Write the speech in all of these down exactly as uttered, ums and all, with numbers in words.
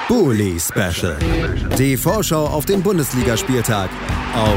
Bully Special. Die Vorschau auf den Bundesligaspieltag auf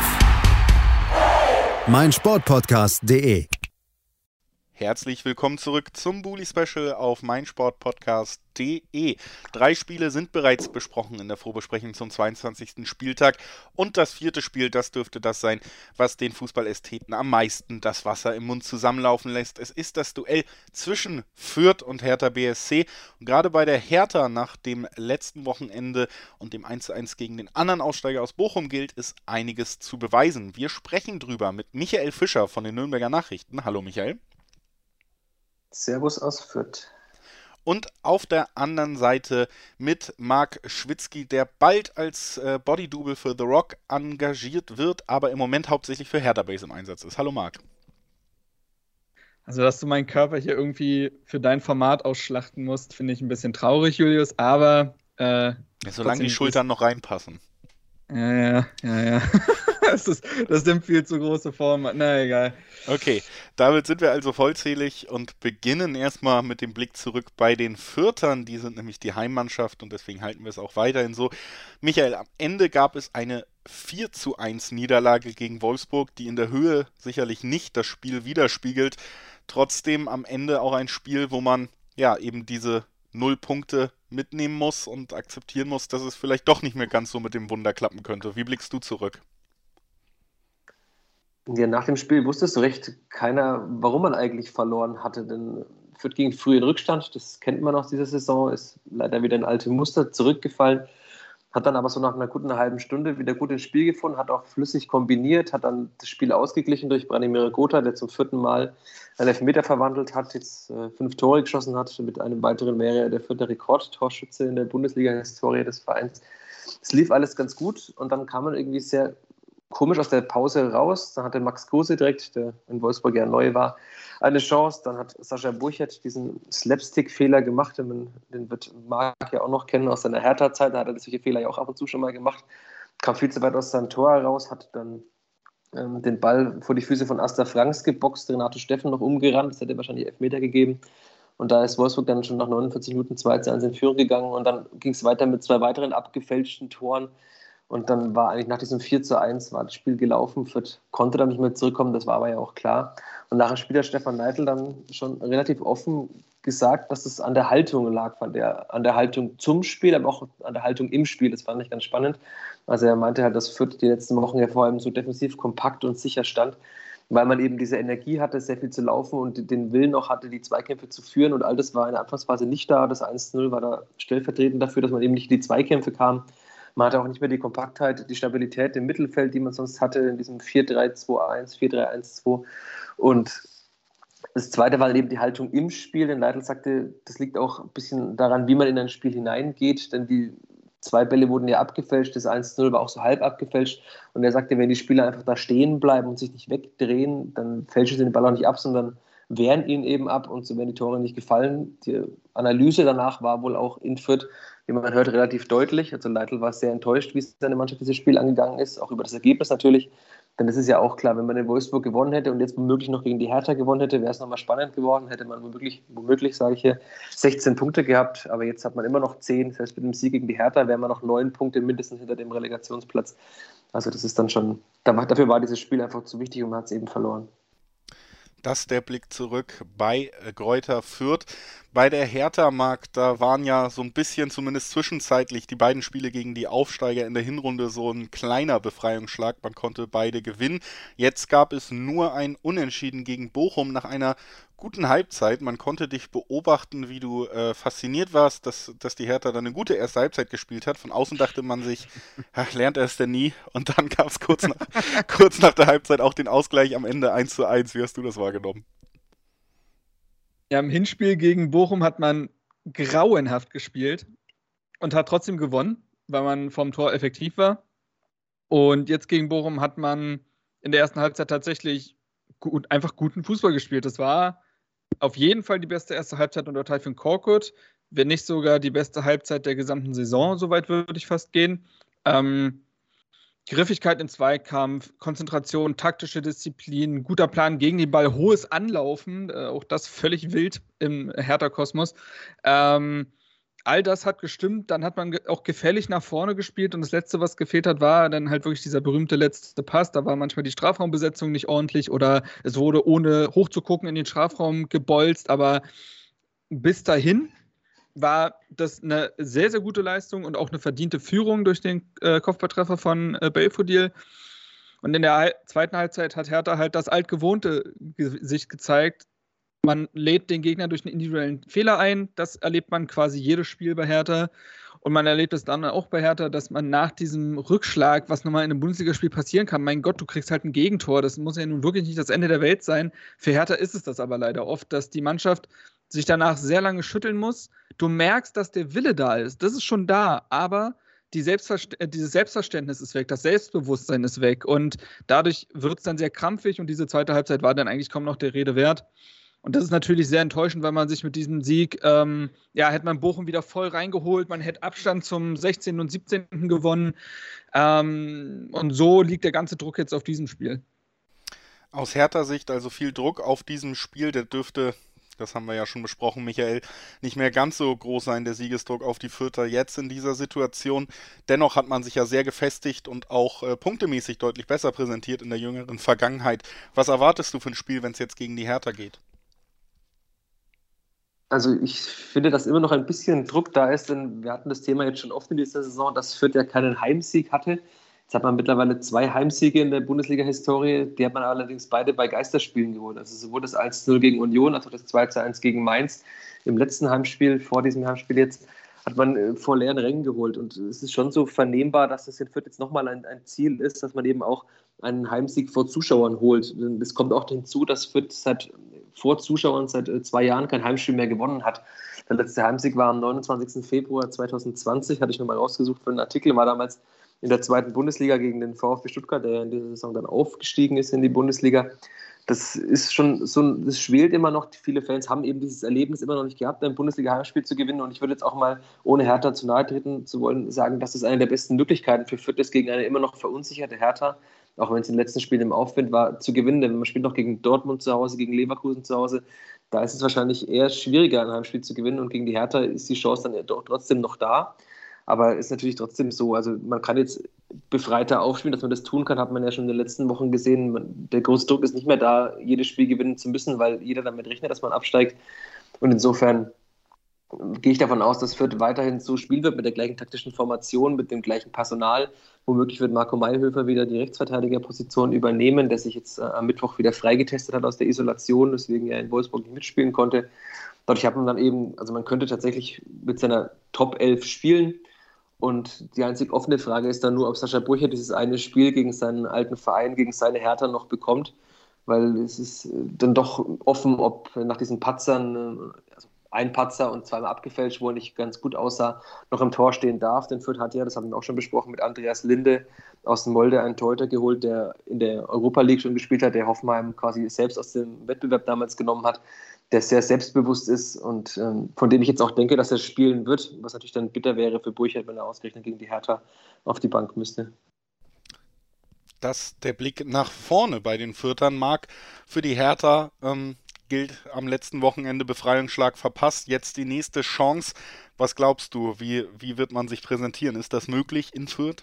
meinsportpodcast punkt de. Herzlich willkommen zurück zum Bully Special auf meinsportpodcast punkt de. Drei Spiele sind bereits besprochen in der Vorbesprechung zum zweiundzwanzigsten Spieltag und das vierte Spiel, das dürfte das sein, was den Fußballästheten am meisten das Wasser im Mund zusammenlaufen lässt. Es ist das Duell zwischen Fürth und Hertha B S C und gerade bei der Hertha nach dem letzten Wochenende und dem eins zu eins gegen den anderen Aussteiger aus Bochum gilt es einiges zu beweisen. Wir sprechen drüber mit Michael Fischer von den Nürnberger Nachrichten. Hallo Michael. Servus aus Fürth. Und auf der anderen Seite mit Marc Schwitzky, der bald als äh, Bodydouble für The Rock engagiert wird, aber im Moment hauptsächlich für Hertha Base im Einsatz ist. Hallo Marc. Also, dass du meinen Körper hier irgendwie für dein Format ausschlachten musst, finde ich ein bisschen traurig, Julius, aber... Äh, ja, solange die Schultern noch reinpassen. Ja, ja, ja, ja. das, ist, das nimmt viel zu große Form. Na, egal. Okay, damit sind wir also vollzählig und beginnen erstmal mit dem Blick zurück bei den Fürthern. Die sind nämlich die Heimmannschaft und deswegen halten wir es auch weiterhin so. Michael, am Ende gab es eine vier zu eins Niederlage gegen Wolfsburg, die in der Höhe sicherlich nicht das Spiel widerspiegelt. Trotzdem am Ende auch ein Spiel, wo man ja eben diese null Punkte mitnehmen muss und akzeptieren muss, dass es vielleicht doch nicht mehr ganz so mit dem Wunder klappen könnte. Wie blickst du zurück? Ja, nach dem Spiel wusste so recht keiner, warum man eigentlich verloren hatte, denn Fürth ging früh in Rückstand, das kennt man aus dieser Saison, ist leider wieder in alte Muster zurückgefallen, hat dann aber so nach einer guten halben Stunde wieder gut ins Spiel gefunden, hat auch flüssig kombiniert, hat dann das Spiel ausgeglichen durch Branimir Gotha, der zum vierten Mal einen Elfmeter verwandelt hat, jetzt äh, fünf Tore geschossen hat, mit einem weiteren wäre er der vierte Rekordtorschütze in der Bundesliga-Historie des Vereins. Es lief alles ganz gut und dann kam man irgendwie sehr komisch aus der Pause raus. Dann hatte Max Kruse direkt, der in Wolfsburg ja neu war, eine Chance. Dann hat Sascha Burchert diesen Slapstick-Fehler gemacht. Den, den wird Marc ja auch noch kennen aus seiner Hertha-Zeit. Da hat er solche Fehler ja auch ab und zu schon mal gemacht. Kam viel zu weit aus seinem Tor heraus, hat dann ähm, den Ball vor die Füße von Asta Franks geboxt, Renato Steffen noch umgerannt. Das hätte wahrscheinlich Elfmeter gegeben. Und da ist Wolfsburg dann schon nach neunundvierzig Minuten zwei zu eins in Führung gegangen. Und dann ging es weiter mit zwei weiteren abgefälschten Toren. Und dann war eigentlich nach diesem vier zu eins war das Spiel gelaufen. Fürth konnte dann nicht mehr zurückkommen, das war aber ja auch klar. Und nachher Spiel hat Stefan Neidl dann schon relativ offen gesagt, dass es an der Haltung lag, an der, an der Haltung zum Spiel, aber auch an der Haltung im Spiel. Das fand ich ganz spannend. Also er meinte halt, dass Fürth die letzten Wochen ja vor allem so defensiv kompakt und sicher stand, weil man eben diese Energie hatte, sehr viel zu laufen und den Willen auch hatte, die Zweikämpfe zu führen. Und all das war in der Anfangsphase nicht da. Das eins zu null war da stellvertretend dafür, dass man eben nicht in die Zweikämpfe kam. Man hatte auch nicht mehr die Kompaktheit, die Stabilität im Mittelfeld, die man sonst hatte in diesem vier drei zwei eins, vier drei eins zwei. Und das Zweite war eben die Haltung im Spiel. Denn Leitl sagte, das liegt auch ein bisschen daran, wie man in ein Spiel hineingeht. Denn die zwei Bälle wurden ja abgefälscht, das eins zu null war auch so halb abgefälscht. Und er sagte, wenn die Spieler einfach da stehen bleiben und sich nicht wegdrehen, dann fälschen sie den Ball auch nicht ab, sondern wehren ihn eben ab und so werden die Tore nicht gefallen. Die Analyse danach war wohl auch in Fürth, wie man hört, relativ deutlich. Also Leitl war sehr enttäuscht, wie seine Mannschaft dieses Spiel angegangen ist, auch über das Ergebnis natürlich. Denn es ist ja auch klar, wenn man in Wolfsburg gewonnen hätte und jetzt womöglich noch gegen die Hertha gewonnen hätte, wäre es nochmal spannend geworden, hätte man womöglich, womöglich sage ich hier, sechzehn Punkte gehabt, aber jetzt hat man immer noch zehn. Das heißt, mit dem Sieg gegen die Hertha wären wir noch neun Punkte mindestens hinter dem Relegationsplatz. Also das ist dann schon, dafür war dieses Spiel einfach zu wichtig und man hat es eben verloren. Das der Blick zurück bei Greuther Fürth. Bei der Hertha, Marc, da waren ja so ein bisschen, zumindest zwischenzeitlich, die beiden Spiele gegen die Aufsteiger in der Hinrunde so ein kleiner Befreiungsschlag. Man konnte beide gewinnen. Jetzt gab es nur ein Unentschieden gegen Bochum nach einer guten Halbzeit. Man konnte dich beobachten, wie du äh, fasziniert warst, dass, dass die Hertha dann eine gute erste Halbzeit gespielt hat. Von außen dachte man sich, ach, lernt er es denn nie? Und dann gab es kurz nach, kurz nach der Halbzeit auch den Ausgleich am Ende eins zu eins. Wie hast du das wahrgenommen? Ja, im Hinspiel gegen Bochum hat man grauenhaft gespielt und hat trotzdem gewonnen, weil man vom Tor effektiv war. Und jetzt gegen Bochum hat man in der ersten Halbzeit tatsächlich gut, einfach guten Fußball gespielt. Das war auf jeden Fall die beste erste Halbzeit unter Tayfun Korkut, wenn nicht sogar die beste Halbzeit der gesamten Saison, soweit würde ich fast gehen. Ähm, Griffigkeit im Zweikampf, Konzentration, taktische Disziplin, guter Plan gegen den Ball, hohes Anlaufen, äh, auch das völlig wild im Hertha-Kosmos. Ähm, all das hat gestimmt, dann hat man ge- auch gefällig nach vorne gespielt und das Letzte, was gefehlt hat, war dann halt wirklich dieser berühmte letzte Pass. Da war manchmal die Strafraumbesetzung nicht ordentlich oder es wurde ohne hochzugucken in den Strafraum gebolzt, aber bis dahin war das eine sehr, sehr gute Leistung und auch eine verdiente Führung durch den äh, Kopfballtreffer von äh, Belfodil. Und in der Hal- zweiten Halbzeit hat Hertha halt das altgewohnte ge- sich gezeigt. Man lädt den Gegner durch einen individuellen Fehler ein. Das erlebt man quasi jedes Spiel bei Hertha. Und man erlebt es dann auch bei Hertha, dass man nach diesem Rückschlag, was nochmal in einem Bundesligaspiel passieren kann, mein Gott, du kriegst halt ein Gegentor. Das muss ja nun wirklich nicht das Ende der Welt sein. Für Hertha ist es das aber leider oft, dass die Mannschaft sich danach sehr lange schütteln muss. Du merkst, dass der Wille da ist. Das ist schon da. Aber die Selbstverst- äh, dieses Selbstverständnis ist weg, das Selbstbewusstsein ist weg. Und dadurch wird es dann sehr krampfig. Und diese zweite Halbzeit war dann eigentlich kaum noch der Rede wert. Und das ist natürlich sehr enttäuschend, weil man sich mit diesem Sieg, ähm, ja, hätte man Bochum wieder voll reingeholt, man hätte Abstand zum sechzehnten und siebzehnten gewonnen. Ähm, und so liegt der ganze Druck jetzt auf diesem Spiel. Aus Hertha Sicht also viel Druck auf diesem Spiel, der dürfte, das haben wir ja schon besprochen, Michael, nicht mehr ganz so groß sein, der Siegesdruck auf die Fürther jetzt in dieser Situation. Dennoch hat man sich ja sehr gefestigt und auch äh, punktemäßig deutlich besser präsentiert in der jüngeren Vergangenheit. Was erwartest du für ein Spiel, wenn es jetzt gegen die Hertha geht? Also ich finde, dass immer noch ein bisschen Druck da ist, denn wir hatten das Thema jetzt schon oft in dieser Saison, dass Fürth ja keinen Heimsieg hatte. Jetzt hat man mittlerweile zwei Heimsiege in der Bundesliga-Historie, die hat man allerdings beide bei Geisterspielen geholt. Also sowohl das eins zu null gegen Union, als auch das zwei zu eins gegen Mainz. Im letzten Heimspiel, vor diesem Heimspiel jetzt, hat man vor leeren Rängen geholt. Und es ist schon so vernehmbar, dass das in Fürth jetzt nochmal ein, ein Ziel ist, dass man eben auch einen Heimsieg vor Zuschauern holt. Es kommt auch hinzu, dass Fürth seit vor Zuschauern seit zwei Jahren kein Heimspiel mehr gewonnen hat. Der letzte Heimsieg war am neunundzwanzigsten Februar zweitausendzwanzig, hatte ich nochmal rausgesucht für einen Artikel, war damals in der zweiten Bundesliga gegen den VfB Stuttgart, der in dieser Saison dann aufgestiegen ist in die Bundesliga. Das ist schon so, das schwelt immer noch. Viele Fans haben eben dieses Erlebnis immer noch nicht gehabt, ein Bundesliga-Heimspiel zu gewinnen. Und ich würde jetzt auch mal, ohne Hertha zu nahe treten zu wollen, sagen, dass es eine der besten Möglichkeiten für Fürth ist, gegen eine immer noch verunsicherte Hertha, auch wenn es in den letzten Spielen im Aufwind war, zu gewinnen. Denn man spielt noch gegen Dortmund zu Hause, gegen Leverkusen zu Hause. Da ist es wahrscheinlich eher schwieriger, ein Heimspiel zu gewinnen. Und gegen die Hertha ist die Chance dann doch trotzdem noch da. Aber ist natürlich trotzdem so, also man kann jetzt befreiter aufspielen, dass man das tun kann, hat man ja schon in den letzten Wochen gesehen. Der große Druck ist nicht mehr da, jedes Spiel gewinnen zu müssen, weil jeder damit rechnet, dass man absteigt. Und insofern gehe ich davon aus, dass Fürth weiterhin so spielen wird, mit der gleichen taktischen Formation, mit dem gleichen Personal. Womöglich wird Marco Mayhöfer wieder die Rechtsverteidigerposition übernehmen, der sich jetzt äh, am Mittwoch wieder freigetestet hat aus der Isolation, deswegen er in Wolfsburg nicht mitspielen konnte. Dadurch hat man dann eben, also man könnte tatsächlich mit seiner Top elf spielen. Und die einzig offene Frage ist dann nur, ob Sascha Burcher dieses eine Spiel gegen seinen alten Verein, gegen seine Hertha noch bekommt, weil es ist dann doch offen, ob nach diesen Patzern, also ein Patzer und zweimal abgefälscht, wo er nicht ganz gut aussah, noch im Tor stehen darf. Denn Fürth hat ja, das haben wir auch schon besprochen, mit Andreas Linde aus Molde einen Torhüter geholt, der in der Europa League schon gespielt hat, der Hoffenheim quasi selbst aus dem Wettbewerb damals genommen hat, der sehr selbstbewusst ist und ähm, von dem ich jetzt auch denke, dass er spielen wird, was natürlich dann bitter wäre für Burchard, wenn er ausgerechnet gegen die Hertha auf die Bank müsste. Dass der Blick nach vorne bei den Fürthern mag, für die Hertha ähm, gilt am letzten Wochenende Befreiungsschlag verpasst, jetzt die nächste Chance. Was glaubst du, wie, wie wird man sich präsentieren? Ist das möglich in Fürth?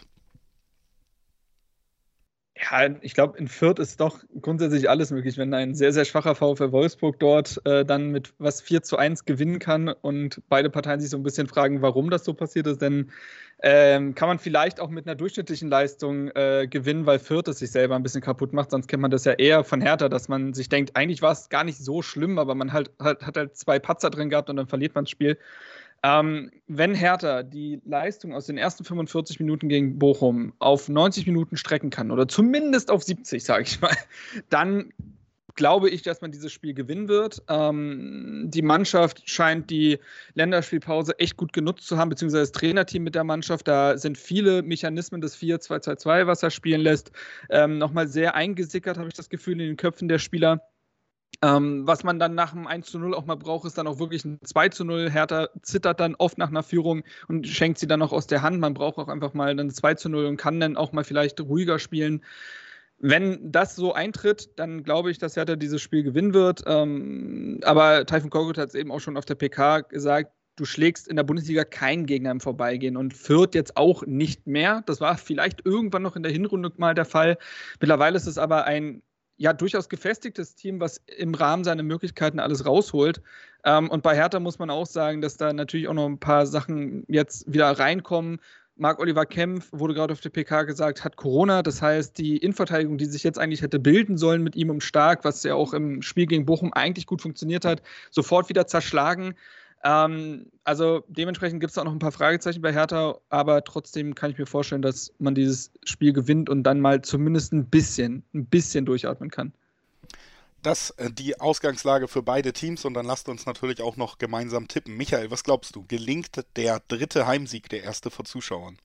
Ja, ich glaube, in Fürth ist doch grundsätzlich alles möglich, wenn ein sehr, sehr schwacher VfL Wolfsburg dort äh, dann mit was vier zu eins gewinnen kann und beide Parteien sich so ein bisschen fragen, warum das so passiert ist, denn ähm, kann man vielleicht auch mit einer durchschnittlichen Leistung äh, gewinnen, weil Fürth es sich selber ein bisschen kaputt macht, sonst kennt man das ja eher von Hertha, dass man sich denkt, eigentlich war es gar nicht so schlimm, aber man halt, hat, hat halt zwei Patzer drin gehabt und dann verliert man das Spiel. Ähm, wenn Hertha die Leistung aus den ersten fünfundvierzig Minuten gegen Bochum auf neunzig Minuten strecken kann, oder zumindest auf siebzig, sage ich mal, dann glaube ich, dass man dieses Spiel gewinnen wird. Ähm, die Mannschaft scheint die Länderspielpause echt gut genutzt zu haben, beziehungsweise das Trainerteam mit der Mannschaft. Da sind viele Mechanismen des vier zwei zwei zwei, was er spielen lässt, ähm, nochmal sehr eingesickert, habe ich das Gefühl, in den Köpfen der Spieler. Ähm, was man dann nach dem eins zu null auch mal braucht, ist dann auch wirklich ein zwei zu null. Hertha zittert dann oft nach einer Führung und schenkt sie dann auch aus der Hand. Man braucht auch einfach mal ein zwei zu null und kann dann auch mal vielleicht ruhiger spielen. Wenn das so eintritt, dann glaube ich, dass Hertha dieses Spiel gewinnen wird. Ähm, aber Tayfun Korkut hat es eben auch schon auf der P K gesagt, du schlägst in der Bundesliga keinen Gegner im Vorbeigehen und Fürth jetzt auch nicht mehr. Das war vielleicht irgendwann noch in der Hinrunde mal der Fall. Mittlerweile ist es aber ein ja durchaus gefestigtes Team, was im Rahmen seiner Möglichkeiten alles rausholt. Ähm, und bei Hertha muss man auch sagen, dass da natürlich auch noch ein paar Sachen jetzt wieder reinkommen. Marc-Oliver Kempf, wurde gerade auf der P K gesagt, hat Corona. Das heißt, die Innenverteidigung, die sich jetzt eigentlich hätte bilden sollen mit ihm im Stark, was ja auch im Spiel gegen Bochum eigentlich gut funktioniert hat, sofort wieder zerschlagen. Ähm, also dementsprechend gibt es auch noch ein paar Fragezeichen bei Hertha, aber trotzdem kann ich mir vorstellen, dass man dieses Spiel gewinnt und dann mal zumindest ein bisschen, ein bisschen durchatmen kann. Das äh, die Ausgangslage für beide Teams und dann lasst uns natürlich auch noch gemeinsam tippen. Michael, was glaubst du? Gelingt der dritte Heimsieg, der erste vor Zuschauern?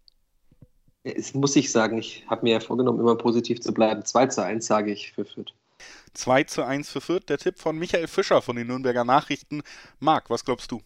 Es muss ich sagen, ich habe mir ja vorgenommen, immer positiv zu bleiben. zwei zu eins sage ich für Fürth. zwei zu eins für Fürth, der Tipp von Michael Fischer von den Nürnberger Nachrichten. Marc, was glaubst du?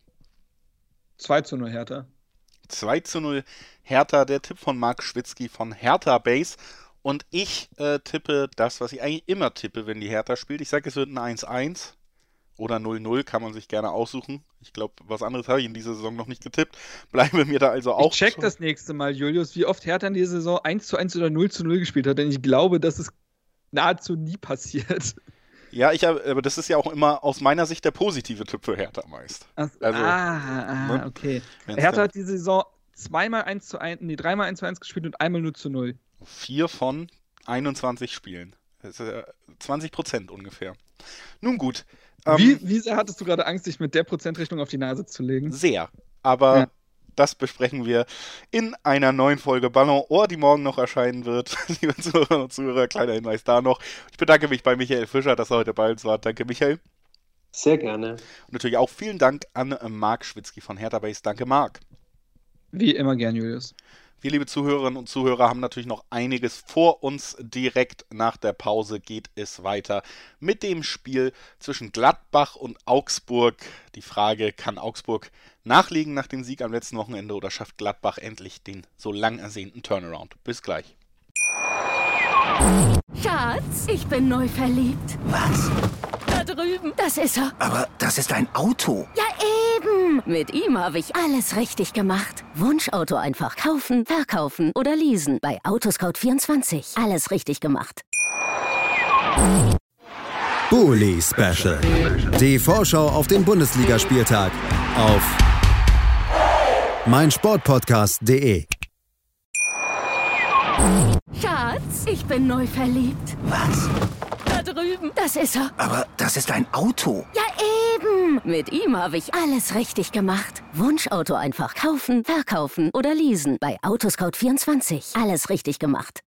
zwei zu null Hertha. zwei zu null Hertha, der Tipp von Marc Schwitzky von Hertha Base. Und ich äh, tippe das, was ich eigentlich immer tippe, wenn die Hertha spielt. Ich sage, es wird ein eins eins oder null null, kann man sich gerne aussuchen. Ich glaube, was anderes habe ich in dieser Saison noch nicht getippt. Bleibe mir da also auch. Ich check das nächste Mal, Julius, wie oft Hertha in dieser Saison eins zu eins oder null zu null gespielt hat. Denn ich glaube, das ist nahezu nie passiert. Ja, ich hab, aber das ist ja auch immer aus meiner Sicht der positive Tipp für Hertha meist. Ach, also, ah, ah ne? okay. Wenn's Hertha dann hat diese Saison zweimal eins zu eins, nee, dreimal eins zu eins gespielt und einmal null zu null. Vier von einundzwanzig Spielen. Das ist zwanzig Prozent ungefähr. Nun gut. Ähm, wie, wie sehr hattest du gerade Angst, dich mit der Prozentrechnung auf die Nase zu legen? Sehr. Aber ja. Das besprechen wir in einer neuen Folge Ballon Ohr, die morgen noch erscheinen wird. Liebe Zuhörerinnen und Zuhörer, kleiner Hinweis da noch. Ich bedanke mich bei Michael Fischer, dass er heute bei uns war. Danke, Michael. Sehr gerne. Und natürlich auch vielen Dank an Marc Schwitzky von Hertha Base. Danke, Marc. Wie immer gern, Julius. Wir, liebe Zuhörerinnen und Zuhörer, haben natürlich noch einiges vor uns. Direkt nach der Pause geht es weiter mit dem Spiel zwischen Gladbach und Augsburg. Die Frage, kann Augsburg nachlegen nach dem Sieg am letzten Wochenende oder schafft Gladbach endlich den so lang ersehnten Turnaround? Bis gleich. Schatz, ich bin neu verliebt. Was? Da drüben. Das ist er. Aber das ist ein Auto. Ja, eben. Mit ihm habe ich alles richtig gemacht. Wunschauto einfach kaufen, verkaufen oder leasen. Bei Autoscout vierundzwanzig. Alles richtig gemacht. Bully Special. Die Vorschau auf den Bundesligaspieltag auf meinsportpodcast punkt de. Schatz, ich bin neu verliebt. Was? Da drüben. Das ist er. Aber das ist ein Auto. Ja, eben. Mit ihm habe ich alles richtig gemacht. Wunschauto einfach kaufen, verkaufen oder leasen. Bei Autoscout vierundzwanzig. Alles richtig gemacht.